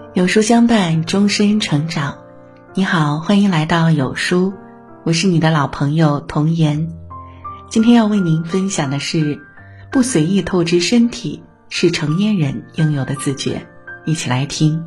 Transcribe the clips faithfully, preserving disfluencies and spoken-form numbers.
有书相伴，终身成长。你好，欢迎来到有书，我是你的老朋友童言。今天要为您分享的是，不随意透支身体是成年人应有的自觉。一起来听。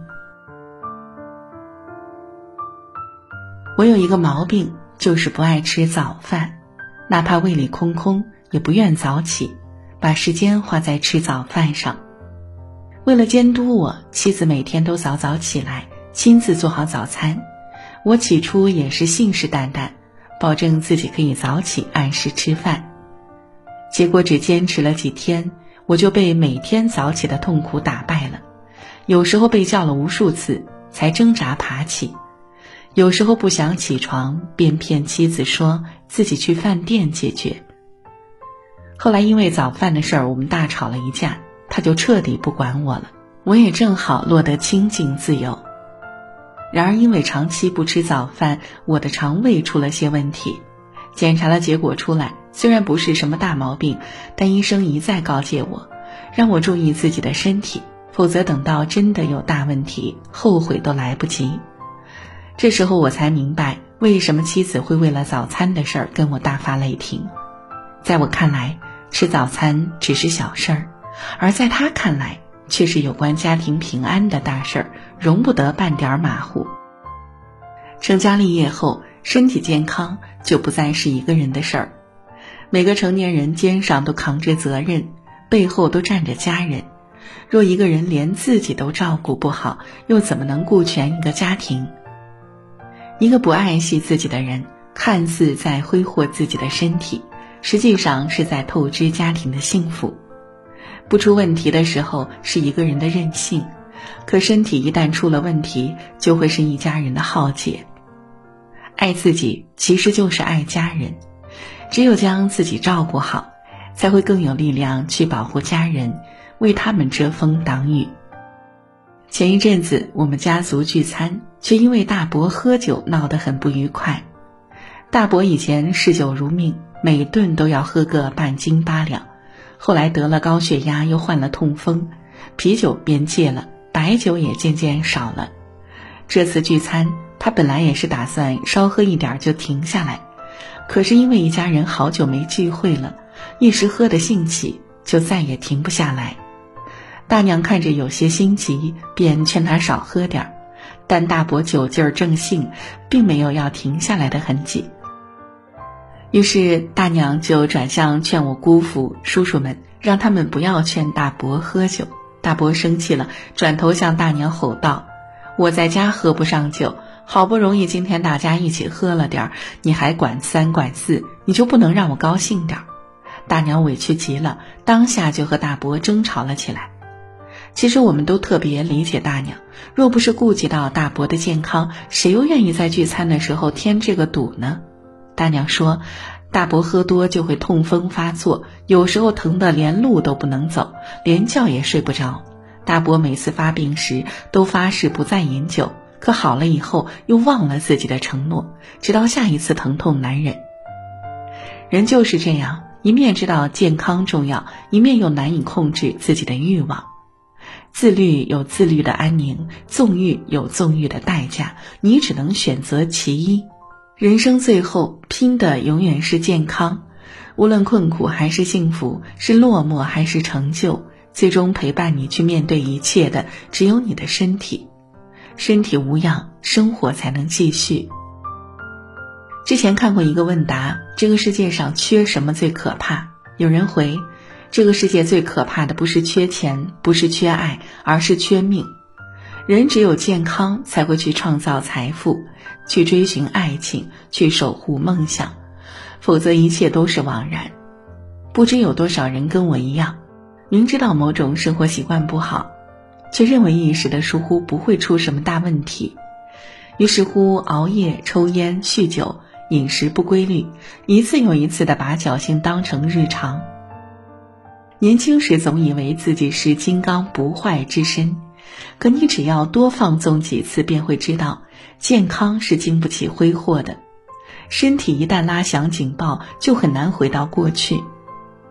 我有一个毛病，就是不爱吃早饭，哪怕胃里空空，也不愿早起，把时间花在吃早饭上。为了监督我，妻子每天都早早起来，亲自做好早餐。我起初也是信誓旦旦，保证自己可以早起按时吃饭。结果只坚持了几天，我就被每天早起的痛苦打败了。有时候被叫了无数次，才挣扎爬起。有时候不想起床，便骗妻子说自己去饭店解决。后来因为早饭的事儿，我们大吵了一架，他就彻底不管我了，我也正好落得清静自由。然而因为长期不吃早饭，我的肠胃出了些问题。检查了结果出来，虽然不是什么大毛病，但医生一再告诫我，让我注意自己的身体，否则等到真的有大问题，后悔都来不及。这时候我才明白，为什么妻子会为了早餐的事儿跟我大发雷霆。在我看来，吃早餐只是小事儿，而在他看来却是有关家庭平安的大事儿，容不得半点马虎。成家立业后，身体健康就不再是一个人的事儿。每个成年人肩上都扛着责任，背后都站着家人。若一个人连自己都照顾不好，又怎么能顾全一个家庭？一个不爱惜自己的人，看似在挥霍自己的身体，实际上是在透支家庭的幸福。不出问题的时候是一个人的任性，可身体一旦出了问题，就会是一家人的浩劫。爱自己其实就是爱家人，只有将自己照顾好，才会更有力量去保护家人，为他们遮风挡雨。前一阵子我们家族聚餐，却因为大伯喝酒闹得很不愉快。大伯以前嗜酒如命，每顿都要喝个半斤八两，后来得了高血压，又患了痛风，啤酒便戒了，白酒也渐渐少了。这次聚餐，他本来也是打算稍喝一点就停下来，可是因为一家人好久没聚会了，一时喝得兴起，就再也停不下来。大娘看着有些心急，便劝他少喝点，但大伯酒劲儿正兴，并没有要停下来的痕迹。于是大娘就转向劝我姑父叔叔们，让他们不要劝大伯喝酒。大伯生气了，转头向大娘吼道：我在家喝不上酒，好不容易今天大家一起喝了点儿，你还管三管四，你就不能让我高兴点儿？大娘委屈极了，当下就和大伯争吵了起来。其实我们都特别理解大娘，若不是顾及到大伯的健康，谁又愿意在聚餐的时候添这个堵呢？大娘说，大伯喝多就会痛风发作，有时候疼得连路都不能走，连觉也睡不着。大伯每次发病时都发誓不再饮酒，可好了以后又忘了自己的承诺，直到下一次疼痛难忍。人就是这样，一面知道健康重要，一面又难以控制自己的欲望。自律有自律的安宁，纵欲有纵欲的代价，你只能选择其一。人生最后拼的永远是健康，无论困苦还是幸福，是落寞还是成就，最终陪伴你去面对一切的只有你的身体。身体无恙，生活才能继续。之前看过一个问答，这个世界上缺什么最可怕？有人回，这个世界最可怕的不是缺钱，不是缺爱，而是缺命。人只有健康才会去创造财富，去追寻爱情，去守护梦想，否则一切都是枉然。不知有多少人跟我一样，明知道某种生活习惯不好，却认为一时的疏忽不会出什么大问题，于是乎熬夜、抽烟、酗酒、饮食不规律，一次又一次地把侥幸当成日常。年轻时总以为自己是金刚不坏之身，可你只要多放纵几次，便会知道健康是经不起挥霍的。身体一旦拉响警报，就很难回到过去。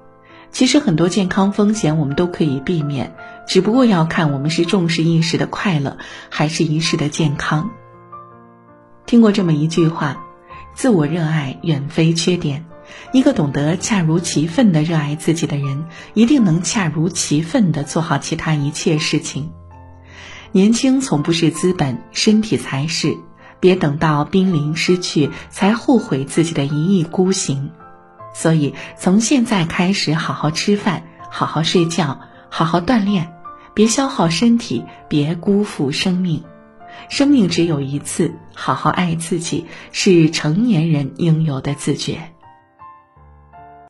其实很多健康风险我们都可以避免，只不过要看我们是重视一时的快乐，还是一世的健康。听过这么一句话，自我热爱远非缺点，一个懂得恰如其分地热爱自己的人，一定能恰如其分地做好其他一切事情。年轻从不是资本，身体才是，别等到濒临失去才后悔自己的一意孤行。所以从现在开始好好吃饭，好好睡觉，好好锻炼，别消耗身体，别辜负生命。生命只有一次，好好爱自己，是成年人应有的自觉。